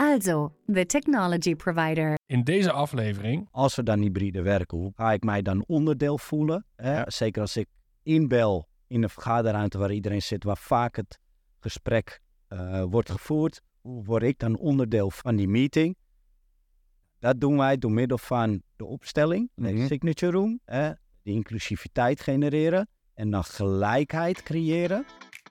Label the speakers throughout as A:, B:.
A: Also, the technology provider.
B: In deze aflevering...
C: Als we dan hybride werken, hoe ga ik mij dan onderdeel voelen?
B: Ja.
C: Zeker als ik inbel in een vergaderruimte waar iedereen zit, waar vaak het gesprek wordt gevoerd. Hoe word ik dan onderdeel van die meeting? Dat doen wij door middel van de opstelling, de signature room, de inclusiviteit genereren en dan gelijkheid creëren.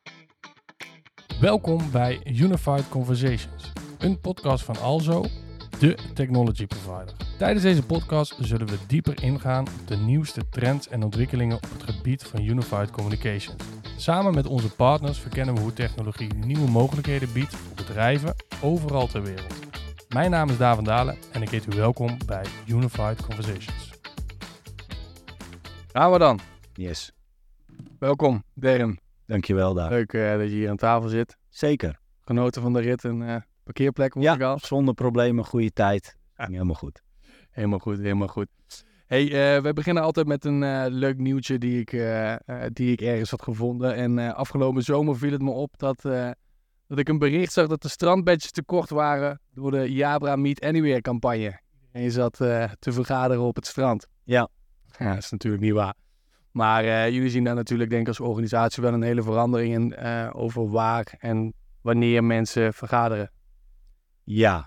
B: Welkom bij Unified Conversations, een podcast van Alzo, de technology provider. Tijdens deze podcast zullen we dieper ingaan op de nieuwste trends en ontwikkelingen op het gebied van Unified Communications. Samen met onze partners verkennen we hoe technologie nieuwe mogelijkheden biedt voor bedrijven overal ter wereld. Mijn naam is Daan van Dalen en ik heet u welkom bij Unified Conversations.
D: Gaan we dan.
C: Yes,
D: Welkom, Darren.
C: dankjewel daar.
D: Leuk dat je hier aan tafel zit.
C: Zeker.
D: Genoten van de rit en parkeerplek, moet ik al.
C: Zonder problemen, goede tijd.
D: Ja.
C: Helemaal goed.
D: Helemaal goed. Hey, we beginnen altijd met een leuk nieuwtje die ik ergens had gevonden. En afgelopen zomer viel het me op dat ik een bericht zag dat de strandbadges te kort waren door de Jabra Meet Anywhere campagne. En je zat te vergaderen op het strand.
C: Ja.
D: Ja, dat is natuurlijk niet waar. Maar jullie zien daar natuurlijk, denk ik, als organisatie wel een hele verandering in over waar en wanneer mensen vergaderen.
C: Ja,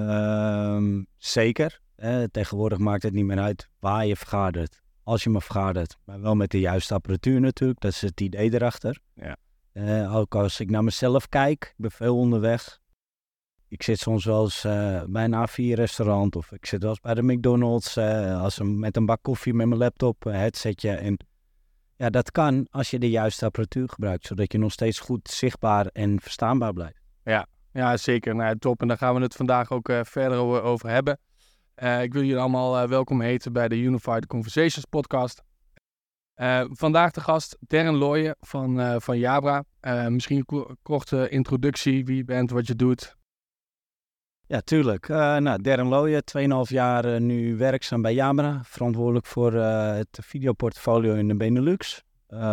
C: zeker. Tegenwoordig maakt het niet meer uit waar je vergadert. Als je maar vergadert, maar wel met de juiste apparatuur natuurlijk. Dat is het idee erachter.
D: Ja.
C: Ook als ik naar mezelf kijk, ik ben veel onderweg. Ik zit soms wel eens bij een A4-restaurant of ik zit wel eens bij de McDonald's met een bak koffie met mijn laptop, headsetje. En ja, dat kan als je de juiste apparatuur gebruikt, zodat je nog steeds goed zichtbaar en verstaanbaar blijft.
D: Ja, zeker. Nou, top. En daar gaan we het vandaag ook verder over hebben. Ik wil jullie allemaal welkom heten bij de Unified Conversations podcast. Vandaag de gast Darren Looijen van Jabra. Misschien een korte introductie, wie je bent, wat je doet.
C: Ja, tuurlijk. Darren Looijen, 2,5 jaar nu werkzaam bij Jabra. Verantwoordelijk voor het videoportfolio in de Benelux.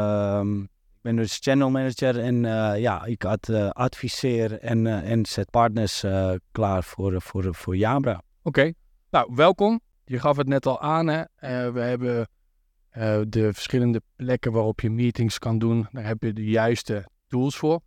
C: Ik ben dus channel manager en ik adviseer en zet partners klaar voor Jabra.
D: Oké. Nou, welkom. Je gaf het net al aan, hè. We hebben de verschillende plekken waarop je meetings kan doen. Daar heb je de juiste tools voor.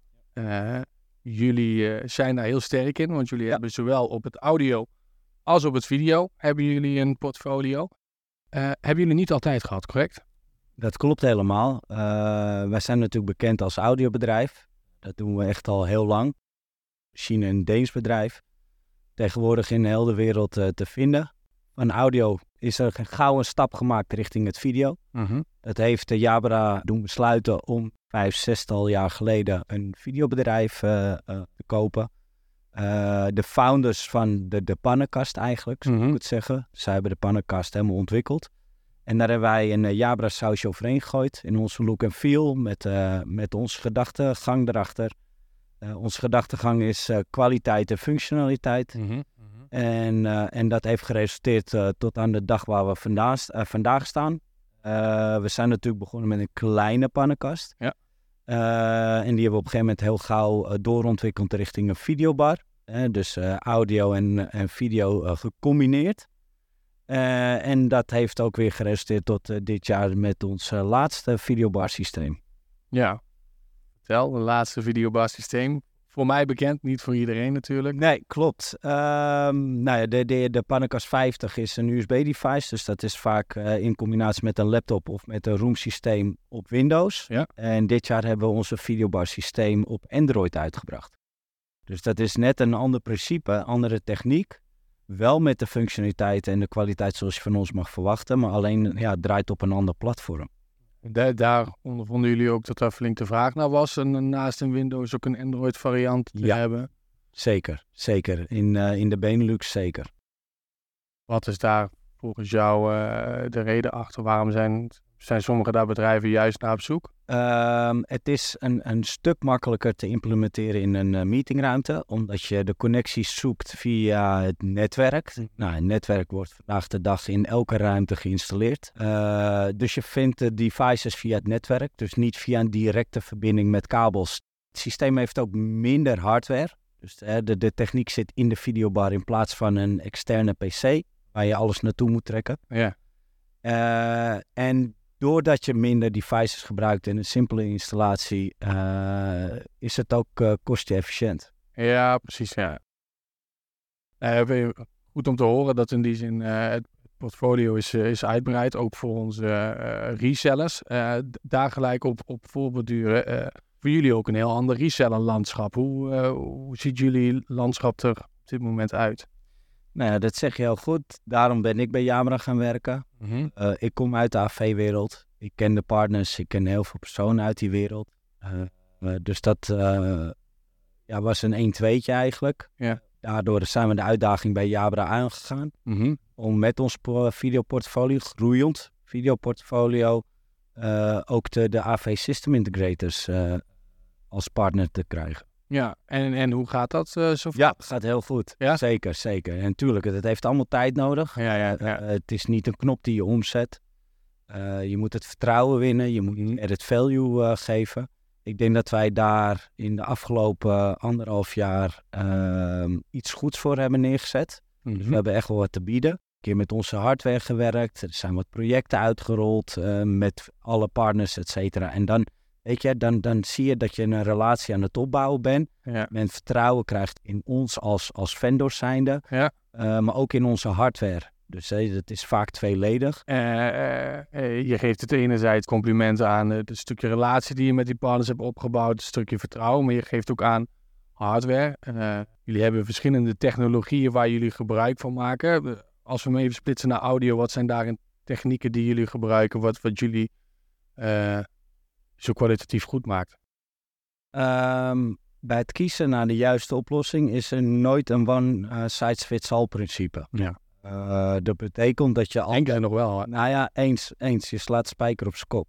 D: Jullie zijn daar heel sterk in, want jullie hebben zowel op het audio als op het video hebben jullie een portfolio. Hebben jullie niet altijd gehad, correct?
C: Dat klopt helemaal. Wij zijn natuurlijk bekend als audiobedrijf. Dat doen we echt al heel lang. China en Deens bedrijf. Tegenwoordig in heel de wereld te vinden. Van audio is er gauw een stap gemaakt richting het video. Dat heeft de Jabra doen besluiten om 5-6 jaar geleden een videobedrijf te kopen. De founders van de Pannenkast eigenlijk, zou ik het zeggen. Zij hebben de Pannenkast helemaal ontwikkeld. En daar hebben wij een Jabra sausje overheen gegooid in onze look en feel met onze gedachtegang erachter. Onze gedachtegang is kwaliteit en functionaliteit. En dat heeft geresulteerd tot aan de dag waar we vandaag staan. We zijn natuurlijk begonnen met een kleine pannenkast.
D: Ja.
C: En die hebben we op een gegeven moment heel gauw doorontwikkeld richting een videobar. Dus audio en video gecombineerd. En dat heeft ook weer geresulteerd tot dit jaar met ons laatste videobar systeem.
D: Ja. Vertel, het laatste videobar systeem. Voor mij bekend, niet voor iedereen natuurlijk.
C: Nee, klopt. De Pannenkast 50 is een USB-device. Dus dat is vaak in combinatie met een laptop of met een roomsysteem op Windows.
D: Ja.
C: En dit jaar hebben we onze videobar systeem op Android uitgebracht. Dus dat is net een ander principe, andere techniek. Wel met de functionaliteit en de kwaliteit zoals je van ons mag verwachten. Maar alleen het draait op een ander platform.
D: Daar ondervonden jullie ook dat daar flink de vraag naar was. En naast een Windows ook een Android variant te hebben.
C: Zeker. In de Benelux zeker.
D: Wat is daar volgens jou de reden achter? Waarom zijn sommige daar bedrijven juist naar op zoek?
C: Het is een stuk makkelijker te implementeren in een meetingruimte, omdat je de connecties zoekt via het netwerk. Nou, het netwerk wordt vandaag de dag in elke ruimte geïnstalleerd. Dus je vindt de devices via het netwerk, dus niet via een directe verbinding met kabels. Het systeem heeft ook minder hardware, Dus de techniek zit in de videobar in plaats van een externe PC waar je alles naartoe moet trekken.
D: Ja.
C: En doordat je minder devices gebruikt en een simpele installatie, is het ook kostenefficiënt.
D: Ja, precies, ja. Goed om te horen dat in die zin het portfolio is uitbreid, ook voor onze resellers. Daar gelijk op voorborduren. Voor jullie ook een heel ander resellerlandschap. Hoe ziet jullie landschap er op dit moment uit?
C: Nou ja, dat zeg je heel goed. Daarom ben ik bij Jabra gaan werken. Ik kom uit de AV-wereld. Ik ken de partners, ik ken heel veel personen uit die wereld. Dus dat was een 1-2'tje eigenlijk.
D: Ja.
C: Daardoor zijn we de uitdaging bij Jabra aangegaan. Om met ons videoportfolio, groeiend videoportfolio, ook de AV System Integrators als partner te krijgen.
D: Ja, en hoe gaat dat zo?
C: Ja, het gaat heel goed.
D: Ja?
C: Zeker. En natuurlijk, het heeft allemaal tijd nodig.
D: Ja.
C: Het is niet een knop die je omzet. Je moet het vertrouwen winnen, je moet er het value geven. Ik denk dat wij daar in de afgelopen 1,5 jaar iets goeds voor hebben neergezet. Dus we hebben echt wel wat te bieden. Een keer met onze hardware gewerkt. Er zijn wat projecten uitgerold met alle partners, et cetera. En dan, weet je, dan zie je dat je een relatie aan het opbouwen bent.
D: Ja.
C: Men vertrouwen krijgt in ons als vendor zijnde, maar ook in onze hardware. Dus dat is vaak tweeledig.
D: Je geeft het enerzijds compliment aan het stukje relatie die je met die partners hebt opgebouwd, een stukje vertrouwen, maar je geeft ook aan hardware. Jullie hebben verschillende technologieën waar jullie gebruik van maken. Als we hem even splitsen naar audio, wat zijn daarin technieken die jullie gebruiken, wat jullie zo kwalitatief goed maakt?
C: Bij het kiezen naar de juiste oplossing is er nooit een one-size-fits-all principe.
D: Ja.
C: Dat betekent dat je
D: Enkele nog wel. Hè?
C: Nou ja, eens. Je slaat spijker op zijn kop.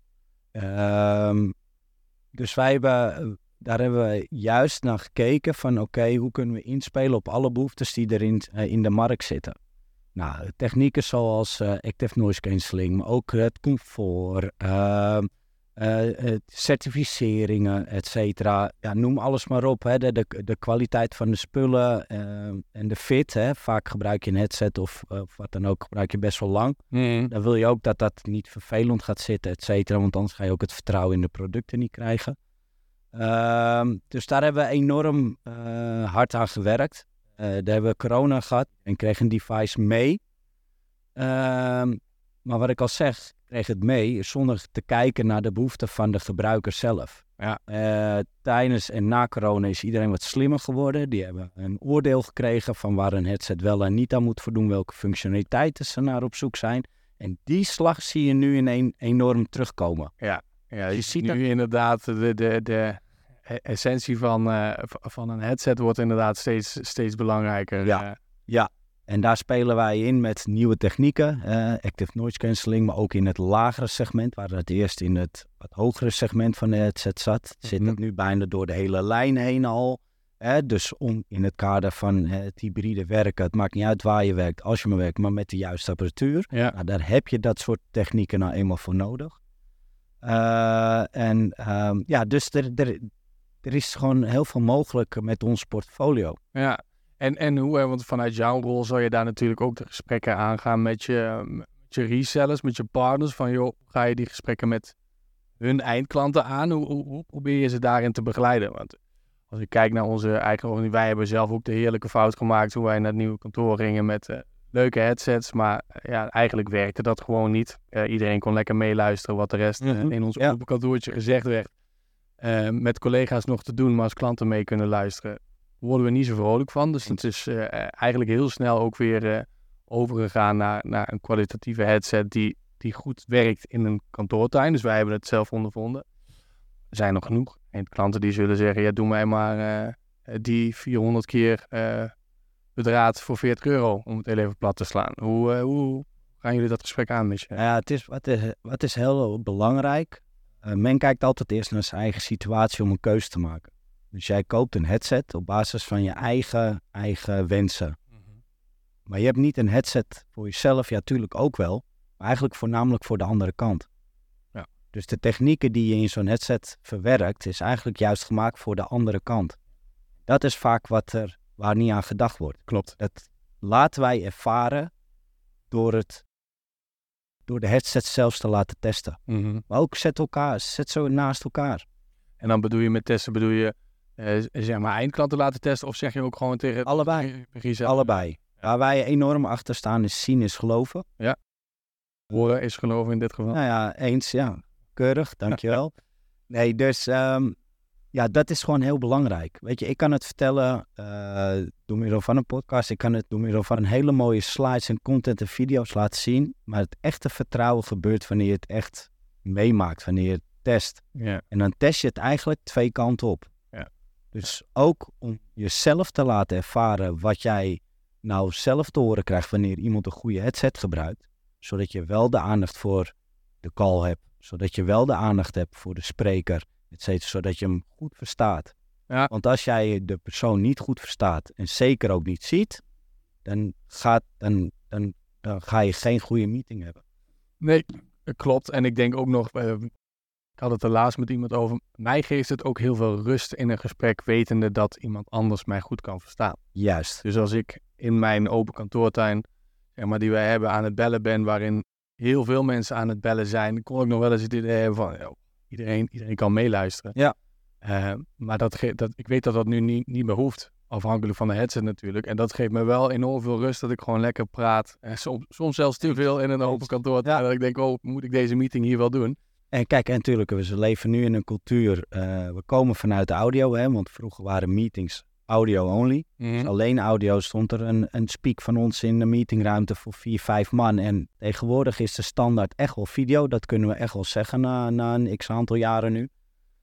C: Dus daar hebben we juist naar gekeken van oké, hoe kunnen we inspelen op alle behoeftes die er in de markt zitten. Nou, technieken zoals active noise cancelling, maar ook het comfort, certificeringen, et cetera. Ja, noem alles maar op. Hè. De kwaliteit van de spullen en de fit. Hè. Vaak gebruik je een headset of wat dan ook, gebruik je best wel lang. Dan wil je ook dat dat niet vervelend gaat zitten, et cetera. Want anders ga je ook het vertrouwen in de producten niet krijgen. Dus daar hebben we enorm hard aan gewerkt. Daar hebben we corona gehad en kreeg een device mee. Maar wat ik al zeg, kreeg het mee zonder te kijken naar de behoeften van de gebruiker zelf.
D: Ja.
C: Tijdens en na corona is iedereen wat slimmer geworden. Die hebben een oordeel gekregen van waar een headset wel en niet aan moet voldoen, welke functionaliteiten ze naar op zoek zijn. En die slag zie je nu enorm terugkomen.
D: Ja, je ziet nu inderdaad de essentie van een headset wordt inderdaad steeds belangrijker.
C: Ja. En daar spelen wij in met nieuwe technieken, active noise cancelling, maar ook in het lagere segment, waar het eerst in het wat hogere segment van de headset zat. Zit het nu bijna door de hele lijn heen al. Dus om in het kader van het hybride werken, het maakt niet uit waar je werkt, als je maar werkt, maar met de juiste apparatuur.
D: Ja.
C: Nou, daar heb je dat soort technieken nou eenmaal voor nodig. Dus er is gewoon heel veel mogelijk met ons portfolio.
D: Ja. En hoe, want vanuit jouw rol zal je daar natuurlijk ook de gesprekken aangaan met je resellers, met je partners. Van joh, ga je die gesprekken met hun eindklanten aan? Hoe probeer je ze daarin te begeleiden? Want als ik kijk naar onze eigen organisatie, wij hebben zelf ook de heerlijke fout gemaakt toen wij naar het nieuwe kantoor gingen met leuke headsets. Maar ja, eigenlijk werkte dat gewoon niet. Iedereen kon lekker meeluisteren wat de rest in ons open kantoortje gezegd werd. Met collega's nog te doen, maar als klanten mee kunnen luisteren, worden we niet zo vrolijk van. Dus het is eigenlijk heel snel ook weer overgegaan naar een kwalitatieve headset die goed werkt in een kantoortuin. Dus wij hebben het zelf ondervonden. Er zijn nog genoeg. En klanten die zullen zeggen, ja, doe mij maar die 400 keer bedraad voor €40 om het heel even plat te slaan. Hoe gaan jullie dat gesprek aan met je?
C: Ja, wat is heel belangrijk. Men kijkt altijd eerst naar zijn eigen situatie om een keuze te maken. Dus jij koopt een headset op basis van je eigen wensen. Maar je hebt niet een headset voor jezelf, ja, tuurlijk ook wel. Maar eigenlijk voornamelijk voor de andere kant.
D: Ja.
C: Dus de technieken die je in zo'n headset verwerkt, is eigenlijk juist gemaakt voor de andere kant. Dat is vaak waar niet aan gedacht wordt.
D: Klopt.
C: Dat laten wij ervaren door de headset zelfs te laten testen. Maar ook zet zo naast elkaar.
D: En dan bedoel je met testen, bedoel je zeg maar eindklanten laten testen of zeg je ook gewoon tegen
C: Allebei.
D: Regie
C: Allebei. Waar wij enorm achter staan is zien is geloven.
D: Horen is geloven in dit geval.
C: Nou ja, eens, ja. Keurig, dankjewel. Nee, dus dat is gewoon heel belangrijk. Weet je, ik kan het vertellen door middel van een podcast. Ik kan het door middel van een hele mooie slides en content en video's laten zien. Maar het echte vertrouwen gebeurt wanneer je het echt meemaakt, wanneer je het test.
D: Ja.
C: En dan test je het eigenlijk 2 kanten op.
D: Ja.
C: Dus ook om jezelf te laten ervaren wat jij nou zelf te horen krijgt wanneer iemand een goede headset gebruikt. Zodat je wel de aandacht voor de call hebt. Zodat je wel de aandacht hebt voor de spreker. Etc. Zodat je hem goed verstaat.
D: Ja.
C: Want als jij de persoon niet goed verstaat en zeker ook niet ziet, dan ga je geen goede meeting hebben.
D: Nee, klopt. En ik denk ook nog, ik had het er laatst met iemand over. Mij geeft het ook heel veel rust in een gesprek, wetende dat iemand anders mij goed kan verstaan.
C: Juist.
D: Dus als ik in mijn open kantoortuin, zeg maar, die wij hebben, aan het bellen ben, waarin heel veel mensen aan het bellen zijn, kon ik nog wel eens het idee hebben van, iedereen kan meeluisteren.
C: Ja.
D: Maar ik weet dat nu niet meer hoeft, afhankelijk van de headset natuurlijk. En dat geeft me wel enorm veel rust dat ik gewoon lekker praat. Soms zelfs te veel in een open kantoor.
C: Ja.
D: Dat ik denk, moet ik deze meeting hier wel doen?
C: En kijk, en natuurlijk, we leven nu in een cultuur, we komen vanuit de audio, hè, want vroeger waren meetings audio only. Dus alleen audio stond er een speak van ons in de meetingruimte voor 4-5 man. En tegenwoordig is de standaard echt wel video, dat kunnen we echt wel zeggen na een x-aantal jaren nu.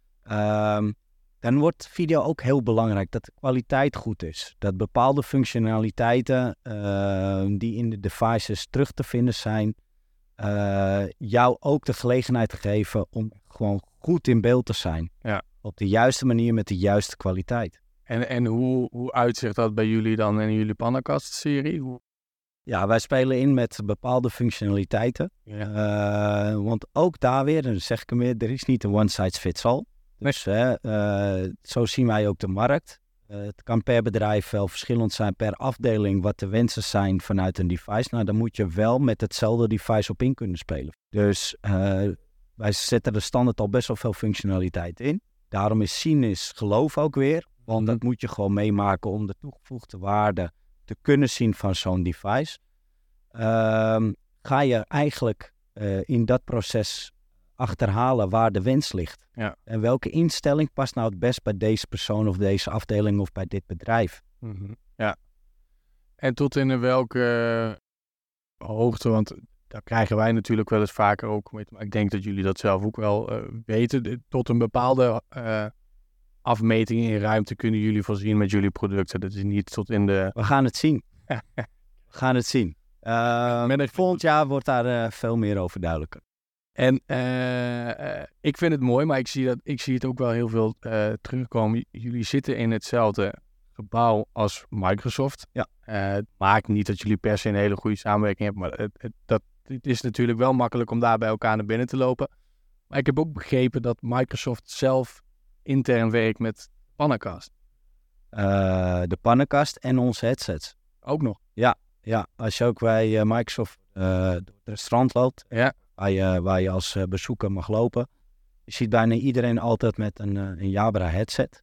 C: Dan wordt video ook heel belangrijk, dat de kwaliteit goed is. Dat bepaalde functionaliteiten die in de devices terug te vinden zijn, jou ook de gelegenheid te geven om gewoon goed in beeld te zijn.
D: Ja.
C: Op de juiste manier met de juiste kwaliteit.
D: En hoe uitzicht dat bij jullie dan in jullie Pannenkast-serie?
C: Ja, wij spelen in met bepaalde functionaliteiten.
D: Ja.
C: Want ook daar weer, en dan zeg ik hem weer, er is niet een one size fits all. Dus zo zien wij ook de markt. Het kan per bedrijf wel verschillend zijn, per afdeling, wat de wensen zijn vanuit een device. Nou, dan moet je wel met hetzelfde device op in kunnen spelen. Dus wij zetten er standaard al best wel veel functionaliteit in. Daarom is zien is geloof ook weer. Want dat moet je gewoon meemaken om de toegevoegde waarde te kunnen zien van zo'n device. Ga je eigenlijk in dat proces achterhalen waar de wens ligt.
D: Ja.
C: En welke instelling past nou het best bij deze persoon of deze afdeling of bij dit bedrijf.
D: Ja. En tot in welke hoogte, want daar krijgen wij natuurlijk wel eens vaker ook, maar ik denk dat jullie dat zelf ook wel weten, tot een bepaalde afmeting in ruimte kunnen jullie voorzien met jullie producten. Dat is niet tot in de...
C: We gaan het zien. We gaan het zien. Volgend jaar wordt daar veel meer over duidelijker.
D: En ik vind het mooi, maar ik zie het ook wel heel veel terugkomen. Jullie zitten in hetzelfde gebouw als Microsoft.
C: Ja.
D: Het maakt niet dat jullie per se een hele goede samenwerking hebben, maar het is natuurlijk wel makkelijk om daar bij elkaar naar binnen te lopen. Maar ik heb ook begrepen dat Microsoft zelf intern werkt met Pannenkast.
C: De Pannenkast en onze headsets.
D: Ook nog?
C: Ja, als je ook bij Microsoft door het restaurant loopt,
D: Ja.
C: Waar je als bezoeker mag lopen. Je ziet bijna iedereen altijd met een Jabra headset.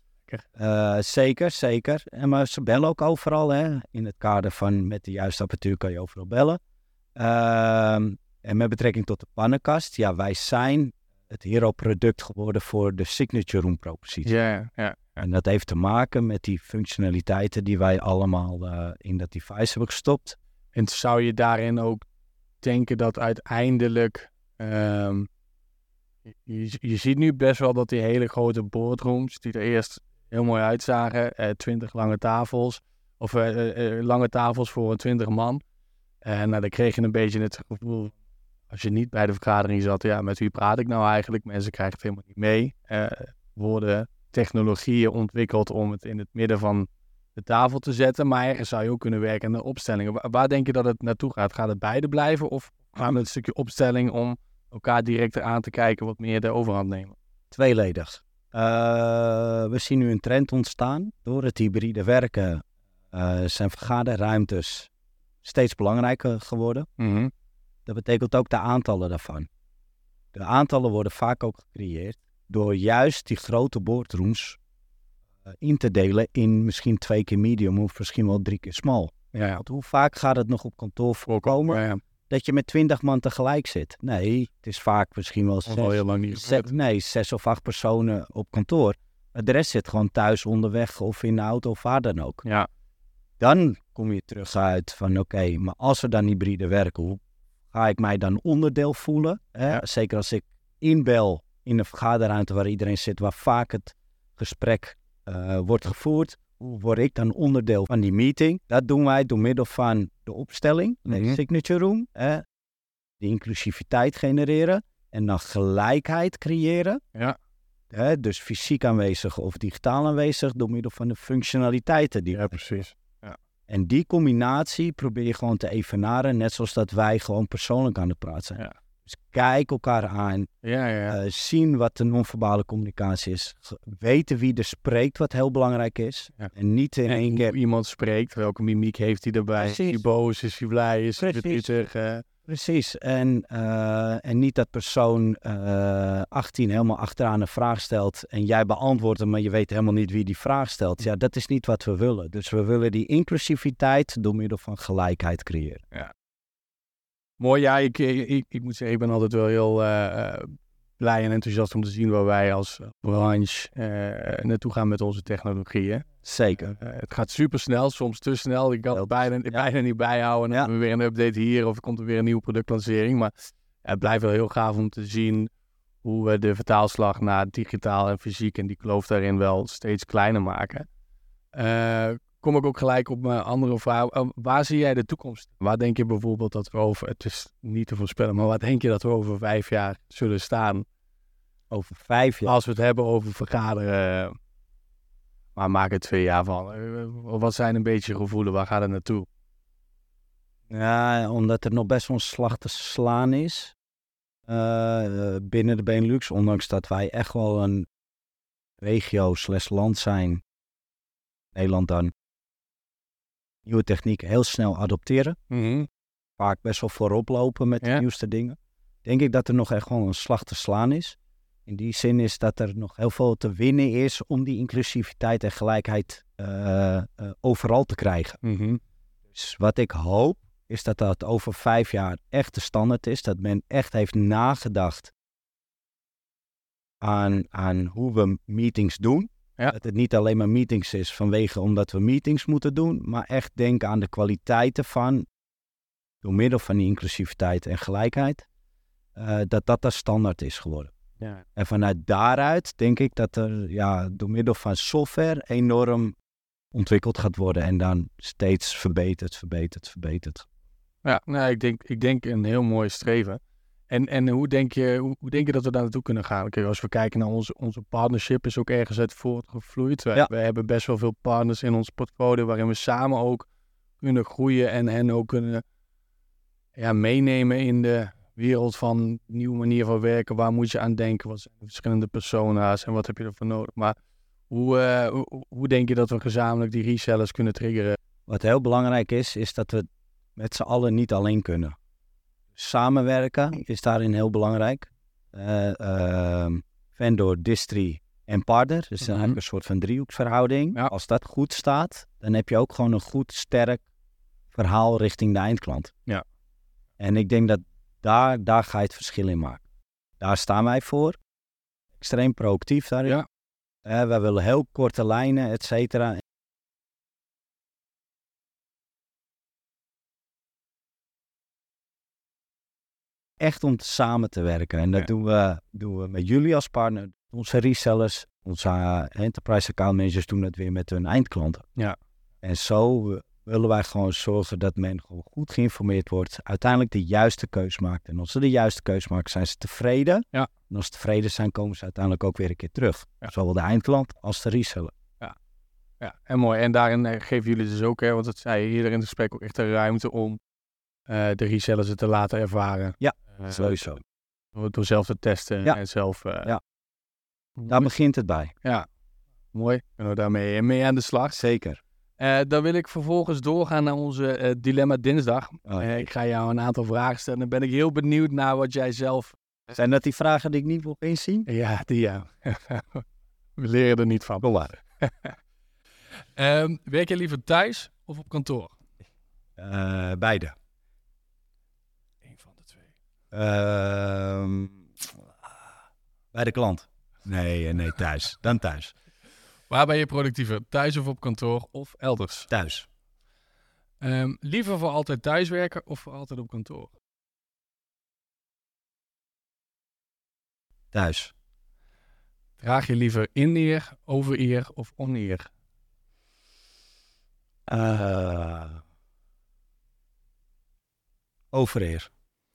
C: Zeker. Maar ze bellen ook overal. Hè? In het kader van met de juiste apparatuur kan je overal bellen. En met betrekking tot de Pannenkast. Ja, wij zijn het hero-product geworden voor de Signature Room propositie.
D: Ja.
C: En dat heeft te maken met die functionaliteiten die wij allemaal in dat device hebben gestopt.
D: En zou je daarin ook denken dat uiteindelijk... Je ziet nu best wel dat die hele grote boardrooms, die er eerst heel mooi uitzagen, 20 lange tafels, of lange tafels voor 20 man. En dan kreeg je een beetje het gevoel, als je niet bij de vergadering zat, ja, met wie praat ik nou eigenlijk? Mensen krijgen het helemaal niet mee. Worden technologieën ontwikkeld om het in het midden van de tafel te zetten, maar ergens zou je ook kunnen werken aan de opstellingen. Waar denk je dat het naartoe gaat? Gaat het beide blijven of gaan we een stukje opstelling om elkaar directer aan te kijken wat meer de overhand nemen?
C: Tweeledig. We zien nu een trend ontstaan. Door het hybride werken zijn vergaderruimtes steeds belangrijker geworden.
D: Mhm.
C: Dat betekent ook de aantallen daarvan. De aantallen worden vaak ook gecreëerd door juist die grote boardrooms in te delen in misschien 2 keer medium of misschien wel 3 keer small.
D: Ja.
C: Want hoe vaak gaat het nog op kantoor voorkomen
D: Ja.
C: dat je met 20 man tegelijk zit? Nee, het is vaak misschien wel
D: Dat is al heel lang niet gebeurd.
C: 6 of 8 personen op kantoor. Maar de rest zit gewoon thuis onderweg of in de auto of waar dan ook.
D: Ja.
C: Dan kom je terug uit van oké, maar als we dan hybride werken, hoe ga ik mij dan onderdeel voelen? Hè?
D: Ja.
C: Zeker als ik inbel in een vergaderruimte waar iedereen zit, waar vaak het gesprek wordt gevoerd. Hoe word ik dan onderdeel van die meeting? Dat doen wij door middel van de opstelling, de signature room, die inclusiviteit genereren en dan gelijkheid creëren.
D: Ja.
C: Dus fysiek aanwezig of digitaal aanwezig door middel van de functionaliteiten die
D: Ja, precies.
C: En die combinatie probeer je gewoon te evenaren, net zoals dat wij gewoon persoonlijk aan het praten zijn.
D: Ja.
C: Dus kijk elkaar aan,
D: Ja.
C: zien wat de non-verbale communicatie is, weten wie er spreekt, wat heel belangrijk is.
D: Ja.
C: En niet in
D: En
C: één
D: hoe
C: keer.
D: iemand spreekt, welke mimiek heeft hij erbij?
C: Precies.
D: Is hij boos, is hij blij, is hij
C: Precies.
D: verdrietig?
C: Precies. En niet dat persoon 18 helemaal achteraan een vraag stelt en jij beantwoordt hem, maar je weet helemaal niet wie die vraag stelt. Ja, dat is niet wat we willen. Dus we willen die inclusiviteit door middel van gelijkheid creëren.
D: Mooi, ja, ik moet zeggen, ik ben altijd wel heel blij en enthousiast om te zien waar wij als branche naartoe gaan met onze technologieën.
C: Zeker.
D: Het gaat super snel, soms te snel. Ik kan het bijna niet bijhouden. Dan
C: Ja.
D: hebben we weer een update hier of er komt er weer een nieuwe productlancering. Maar het blijft wel heel gaaf om te zien hoe we de vertaalslag naar digitaal en fysiek en die kloof daarin wel steeds kleiner maken. Kom ik ook gelijk op mijn andere vraag. Waar zie jij de toekomst? Waar denk je bijvoorbeeld dat we over, het is niet te voorspellen, maar waar denk je dat we over 5 jaar zullen staan?
C: Over 5 jaar.
D: Als we het hebben over vergaderen, maar maak er 2 jaar van. Wat zijn een beetje je gevoelens? Waar gaat het naartoe?
C: Ja, omdat er nog best wel een slag te slaan is binnen de Benelux. Ondanks dat wij echt wel een regio/land zijn, Nederland dan, nieuwe technieken heel snel adopteren. Vaak best wel voorop lopen met de nieuwste dingen. Denk ik dat er nog echt wel een slag te slaan is. In die zin is dat er nog heel veel te winnen is om die inclusiviteit en gelijkheid overal te krijgen. Dus wat ik hoop is dat dat over 5 jaar echt de standaard is. Dat men echt heeft nagedacht aan hoe we meetings doen.
D: Ja.
C: Dat het niet alleen maar meetings is vanwege omdat we meetings moeten doen. Maar echt denken aan de kwaliteiten van, door middel van die inclusiviteit en gelijkheid, dat de standaard is geworden.
D: Ja.
C: En vanuit daaruit denk ik dat er door middel van software enorm ontwikkeld gaat worden en dan steeds verbeterd.
D: Ja, nou, ik denk een heel mooi streven. En hoe denk je dat we daar naartoe kunnen gaan? Kijk, als we kijken naar onze partnership, is ook ergens uit voortgevloeid. We hebben best wel veel partners in ons portfolio waarin we samen ook kunnen groeien en ook kunnen meenemen in de wereld van nieuwe manier van werken. Waar moet je aan denken? Wat zijn de verschillende persona's en wat heb je ervoor nodig? Maar hoe denk je dat we gezamenlijk die resellers kunnen triggeren?
C: Wat heel belangrijk is dat we met z'n allen niet alleen kunnen. Samenwerken is daarin heel belangrijk. Vendor, distri en partner. Dus eigenlijk een soort van driehoeksverhouding.
D: Ja.
C: Als dat goed staat, dan heb je ook gewoon een goed, sterk verhaal richting de eindklant.
D: Ja.
C: En ik denk dat daar ga je het verschil in maken. Daar staan wij voor. Extreem proactief daarin.
D: Ja.
C: Wij willen heel korte lijnen, et cetera. Echt om samen te werken. En dat doen we met jullie als partner. Onze resellers, onze enterprise account managers doen dat weer met hun eindklanten.
D: Ja.
C: En zo willen wij gewoon zorgen dat men gewoon goed geïnformeerd wordt. Uiteindelijk de juiste keus maakt. En als ze de juiste keus maken, zijn ze tevreden.
D: Ja.
C: En als ze tevreden zijn, komen ze uiteindelijk ook weer een keer terug.
D: Ja.
C: Zowel de eindklant als de reseller.
D: Ja, en mooi. En daarin geven jullie dus ook, want dat zei je eerder in het gesprek, ook echt de ruimte om de resellers het te laten ervaren.
C: Ja, sowieso.
D: Door zelf te testen
C: Ja.
D: en zelf...
C: Ja. Daar begint het bij.
D: Ja, mooi. Kunnen we daarmee mee aan de slag.
C: Zeker.
D: Dan wil ik vervolgens doorgaan naar onze Dilemma Dinsdag. Ik ga jou een aantal vragen stellen. Dan ben ik heel benieuwd naar wat jij zelf...
C: Zijn dat die vragen die ik niet wil inzien?
D: Ja, die ja. We leren er niet van.
C: Kom maar.
B: Werk je liever thuis of op kantoor?
C: Beide.
B: Eén van de twee.
C: Bij de klant. Nee, thuis. Dan thuis.
B: Waar ben je productiever? Thuis of op kantoor of elders?
C: Thuis.
B: Liever voor altijd thuiswerken of voor altijd op kantoor?
C: Thuis.
B: Draag je liever in-ear, over-ear of on-ear?
C: Overeer.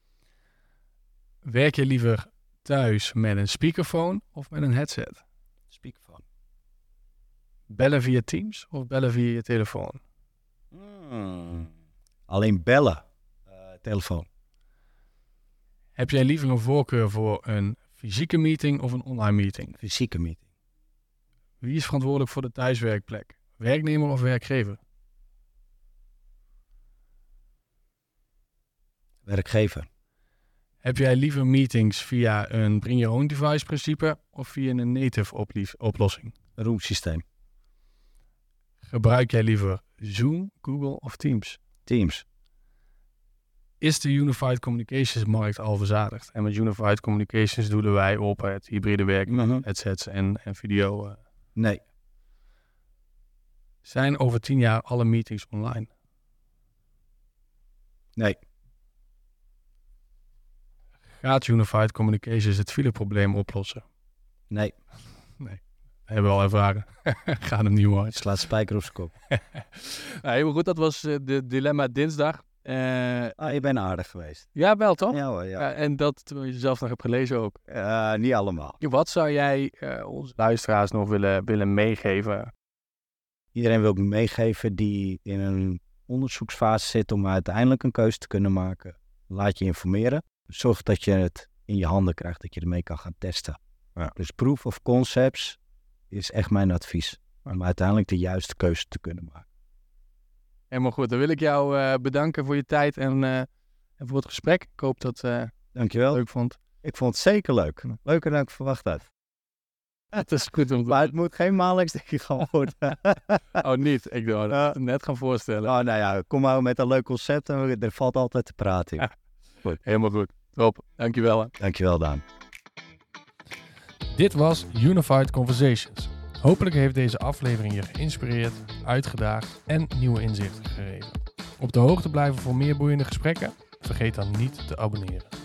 B: Werk je liever thuis met een speakerphone of met een headset?
C: Speakerphone.
B: Bellen via Teams of bellen via je telefoon?
C: Alleen bellen. Telefoon.
B: Heb jij liever een voorkeur voor een fysieke meeting of een online meeting?
C: Fysieke meeting.
B: Wie is verantwoordelijk voor de thuiswerkplek? Werknemer of werkgever?
C: Werkgever.
B: Heb jij liever meetings via een bring your own device principe of via een native oplossing?
C: Roomsysteem.
B: Gebruik jij liever Zoom, Google of Teams?
C: Teams.
B: Is de Unified Communications markt al verzadigd? En met Unified Communications doelen wij op het hybride werken, headsets en video.
C: Nee.
B: Zijn over 10 jaar alle meetings online?
C: Nee.
B: Gaat Unified Communications het fileprobleem oplossen?
C: Nee.
B: Hebben we al ervaren. Gaat hem niet worden.
C: Slaat spijker op zijn kop.
D: Nou, heel goed, dat was de Dilemma Dinsdag.
C: Je bent aardig geweest.
D: Ja, wel toch?
C: Ja hoor, ja.
D: En dat terwijl je zelf nog hebt gelezen ook.
C: Niet allemaal.
D: Wat zou jij onze luisteraars nog willen meegeven?
C: Iedereen wil ik meegeven die in een onderzoeksfase zit om uiteindelijk een keuze te kunnen maken. Laat je informeren. Zorg dat je het in je handen krijgt, dat je ermee kan gaan testen.
D: Ja.
C: Dus proof of concepts is echt mijn advies. Om uiteindelijk de juiste keuze te kunnen maken.
D: Helemaal goed. Dan wil ik jou bedanken voor je tijd en voor het gesprek. Ik hoop dat
C: Dankjewel.
D: leuk vond.
C: Ik vond het zeker leuk. Leuker dan ik verwacht had.
D: Het is goed om te...
C: Maar het moet geen Malex-ding gaan worden.
D: Oh, niet. Ik wil het net gaan voorstellen.
C: Nou ja, kom maar met een leuk concept en er valt altijd te praten.
D: Ja. Goed. Helemaal goed. Top. Dankjewel. Hè.
C: Dankjewel, Daan.
B: Dit was Unified Conversations. Hopelijk heeft deze aflevering je geïnspireerd, uitgedaagd en nieuwe inzichten gegeven. Op de hoogte blijven voor meer boeiende gesprekken? Vergeet dan niet te abonneren.